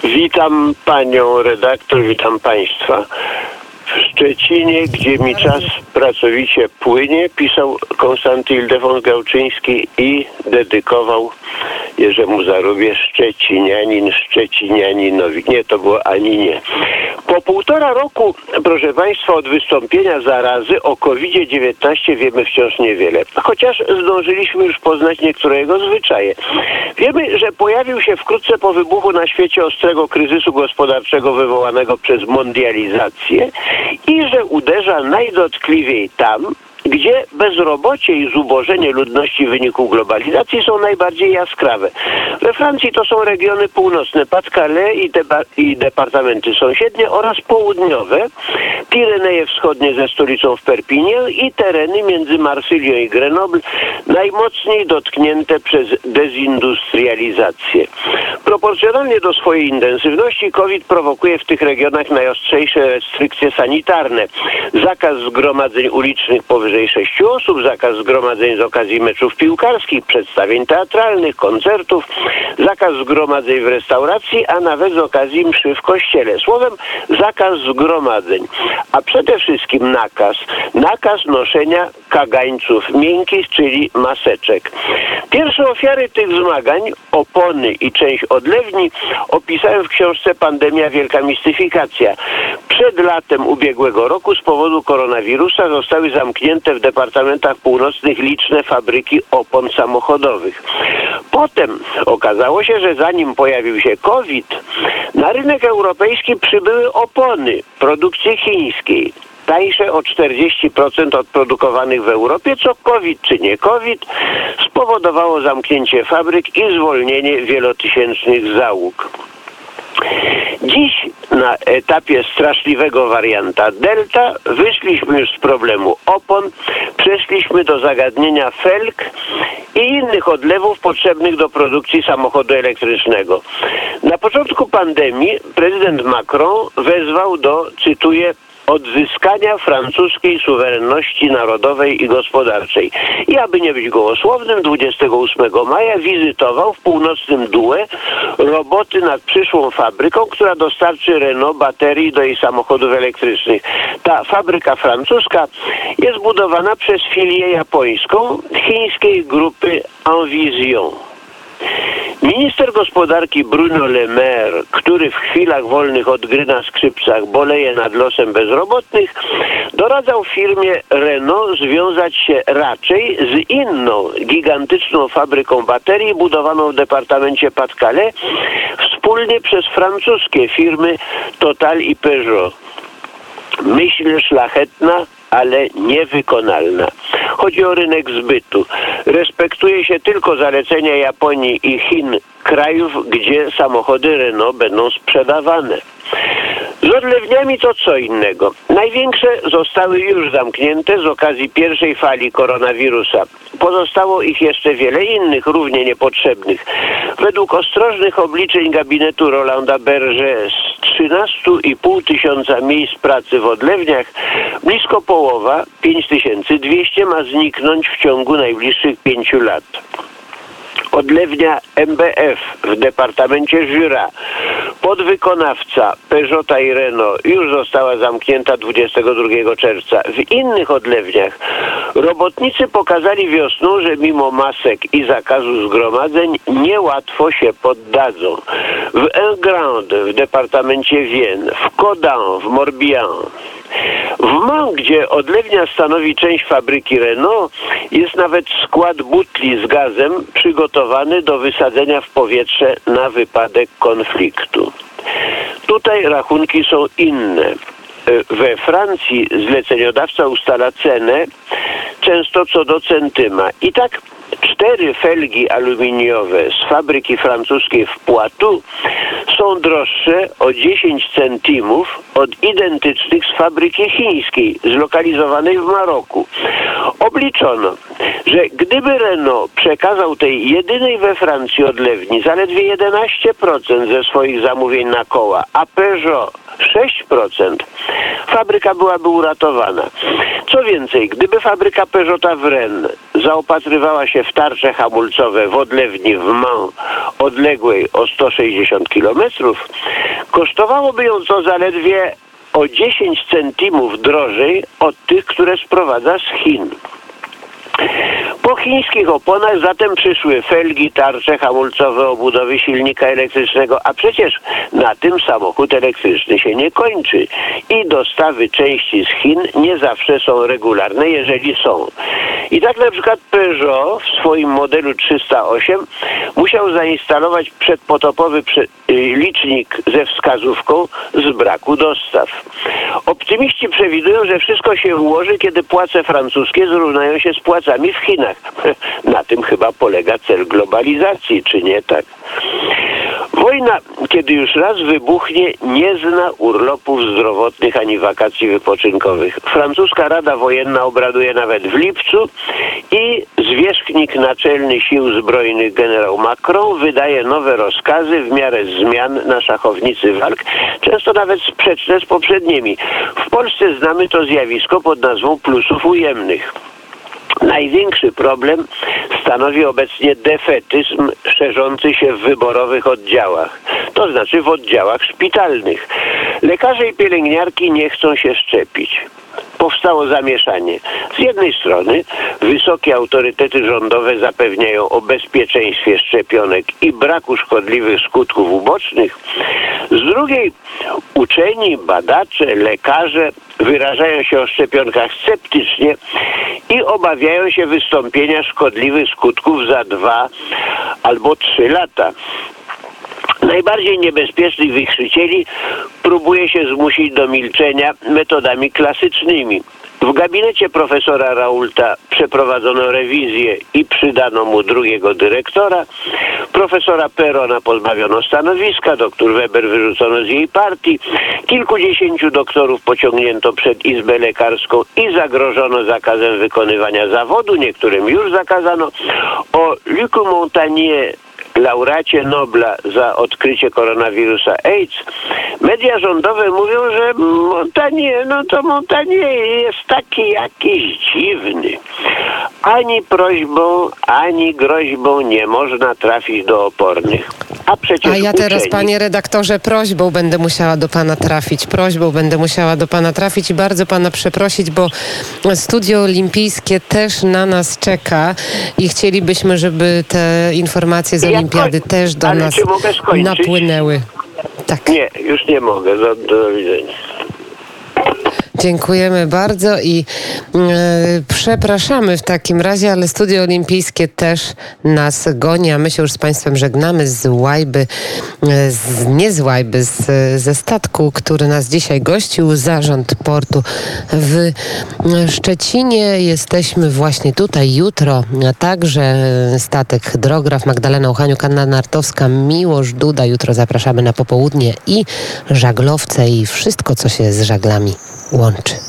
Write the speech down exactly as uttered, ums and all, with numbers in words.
Witam panią redaktor, witam państwa. W Szczecinie, gdzie mi czas pracowicie płynie, pisał Konstanty Ildefons Gałczyński i dedykował Jerzemu Zarubie Szczecinianin Szczecinianinowi. Nie, to było ani nie. Po półtora roku, proszę państwa, od wystąpienia zarazy o kowid dziewiętnaście wiemy wciąż niewiele. Chociaż zdążyliśmy już poznać niektóre jego zwyczaje. Wiemy, że pojawił się wkrótce po wybuchu na świecie ostrego kryzysu gospodarczego wywołanego przez mondializację i że uderza najdotkliwiej tam, gdzie bezrobocie i zubożenie ludności w wyniku globalizacji są najbardziej jaskrawe. We Francji to są regiony północne, Pas-de-Calais i, deba- i departamenty sąsiednie oraz południowe, Pireneje Wschodnie ze stolicą w Perpignan i tereny między Marsylią i Grenoble, najmocniej dotknięte przez dezindustrializację. Proporcjonalnie do swojej intensywności COVID prowokuje w tych regionach najostrzejsze restrykcje sanitarne. Zakaz zgromadzeń ulicznych powyżej sześciu osób, zakaz zgromadzeń z okazji meczów piłkarskich, przedstawień teatralnych, koncertów, zakaz zgromadzeń w restauracji, a nawet z okazji mszy w kościele. Słowem, zakaz zgromadzeń, a przede wszystkim nakaz, nakaz noszenia kagańców miękkich, czyli maseczek. Pierwsze ofiary tych zmagań, opony i część odlewni, opisałem w książce Pandemia Wielka Mistyfikacja. Przed latem ubiegłego roku z powodu koronawirusa zostały zamknięte w departamentach północnych liczne fabryki opon samochodowych. Potem okazało się, że zanim pojawił się COVID, na rynek europejski przybyły opony produkcji chińskiej. Tańsze o czterdzieści procent od produkowanych w Europie, co COVID czy nie COVID spowodowało zamknięcie fabryk i zwolnienie wielotysięcznych załóg. Dziś na etapie straszliwego warianta Delta wyszliśmy już z problemu opon, przeszliśmy do zagadnienia felg i innych odlewów potrzebnych do produkcji samochodu elektrycznego. Na początku pandemii prezydent Macron wezwał do, cytuję, odzyskania francuskiej suwerenności narodowej i gospodarczej. I aby nie być gołosłownym, dwudziestego ósmego maja wizytował w północnym Douai roboty nad przyszłą fabryką, która dostarczy Renault baterii do jej samochodów elektrycznych. Ta fabryka francuska jest budowana przez filię japońską chińskiej grupy Envision. Minister gospodarki Bruno Le Maire, który w chwilach wolnych od gry na skrzypcach boleje nad losem bezrobotnych, doradzał firmie Renault związać się raczej z inną gigantyczną fabryką baterii budowaną w departamencie Pas-de-Calais wspólnie przez francuskie firmy Total i Peugeot. Myśl szlachetna, ale niewykonalna. Chodzi o rynek zbytu. Respektuje się tylko zalecenia Japonii i Chin, krajów, gdzie samochody Renault będą sprzedawane. Z odlewniami to co innego. Największe zostały już zamknięte z okazji pierwszej fali koronawirusa. Pozostało ich jeszcze wiele innych, równie niepotrzebnych. Według ostrożnych obliczeń gabinetu Rolanda Berger z trzynastu i pół tysiąca miejsc pracy w odlewniach blisko połowa, pięć tysięcy dwieście, ma zniknąć w ciągu najbliższych pięciu lat. Odlewnia M B F w departamencie Jura, podwykonawca Peugeota i Renault, już została zamknięta dwudziestego drugiego czerwca. W innych odlewniach robotnicy pokazali wiosną, że mimo masek i zakazu zgromadzeń niełatwo się poddadzą. W Engrande w departamencie Vienne, w Caudin w Morbihan. W Mans, gdzie odlewnia stanowi część fabryki Renault, jest nawet skład butli z gazem przygotowany do wysadzenia w powietrze na wypadek konfliktu. Tutaj rachunki są inne. We Francji zleceniodawca ustala cenę często co do centyma. I tak cztery felgi aluminiowe z fabryki francuskiej w Poitou są droższe o dziesięć centimów od identycznych z fabryki chińskiej, zlokalizowanej w Maroku. Obliczono, że gdyby Renault przekazał tej jedynej we Francji odlewni zaledwie jedenaście procent ze swoich zamówień na koła, a Peugeot sześć procent, fabryka byłaby uratowana. Co więcej, gdyby fabryka Peugeota w Rennes zaopatrywała się w tarcze hamulcowe w odlewni w Mans odległej o sto sześćdziesiąt kilometrów, kosztowałoby ją to zaledwie o dziesięć centimów drożej od tych, które sprowadza z Chin. Po chińskich oponach zatem przyszły felgi, tarcze hamulcowe, obudowy silnika elektrycznego, a przecież na tym samochód elektryczny się nie kończy i dostawy części z Chin nie zawsze są regularne, jeżeli są. I tak na przykład Peugeot w swoim modelu trzysta osiem musiał zainstalować przedpotopowy licznik ze wskazówką z braku dostaw. Optymiści przewidują, że wszystko się ułoży, kiedy płace francuskie zrównają się z płacami w Chinach. Na tym chyba polega cel globalizacji, czy nie tak? Wojna, kiedy już raz wybuchnie, nie zna urlopów zdrowotnych ani wakacji wypoczynkowych. Francuska Rada Wojenna obraduje nawet w lipcu i zwierzchnik naczelny Sił Zbrojnych generał Macron wydaje nowe rozkazy w miarę zmian na szachownicy walk, często nawet sprzeczne z poprzednimi. W Polsce znamy to zjawisko pod nazwą plusów ujemnych. Największy problem stanowi obecnie defetyzm szerzący się w wyborowych oddziałach, to znaczy w oddziałach szpitalnych. Lekarze i pielęgniarki nie chcą się szczepić. Powstało zamieszanie. Z jednej strony wysokie autorytety rządowe zapewniają o bezpieczeństwie szczepionek i braku szkodliwych skutków ubocznych. Z drugiej uczeni, badacze, lekarze wyrażają się o szczepionkach sceptycznie i obawiają się wystąpienia szkodliwych skutków za dwa albo trzy lata. Najbardziej niebezpiecznych wichrzycieli próbuje się zmusić do milczenia metodami klasycznymi. W gabinecie profesora Raoulta przeprowadzono rewizję i przydano mu drugiego dyrektora. Profesora Perona pozbawiono stanowiska, doktor Weber wyrzucono z jej partii. Kilkudziesięciu doktorów pociągnięto przed Izbę Lekarską i zagrożono zakazem wykonywania zawodu. Niektórym już zakazano. O Lucu Montagnier, laureacie Nobla za odkrycie koronawirusa AIDS, media rządowe mówią, że Montagnier, no to Montagnier jest taki jakiś dziwny. Ani prośbą, ani groźbą nie można trafić do opornych. A przecież A ja teraz, uczeni... panie redaktorze, prośbą będę musiała do pana trafić. Prośbą będę musiała do pana trafić i bardzo pana przeprosić, bo Studio Olimpijskie też na nas czeka i chcielibyśmy, żeby te informacje z Olimpiady koń... też do Ale nas czy mogę skończyć? napłynęły. Tak. Nie, już nie mogę. Do, do widzenia. Dziękujemy bardzo i e, przepraszamy w takim razie, ale Studio Olimpijskie też nas goni, a my się już z państwem żegnamy z Łajby, e, z, nie z Łajby, z, ze statku, który nas dzisiaj gościł, Zarząd Portu w Szczecinie. Jesteśmy właśnie tutaj jutro, a także statek Drograf, Magdalena Uchaniuk, Anna Nartowska, Miłosz Duda. Jutro zapraszamy na popołudnie i żaglowce i wszystko, co się z żaglami łączy.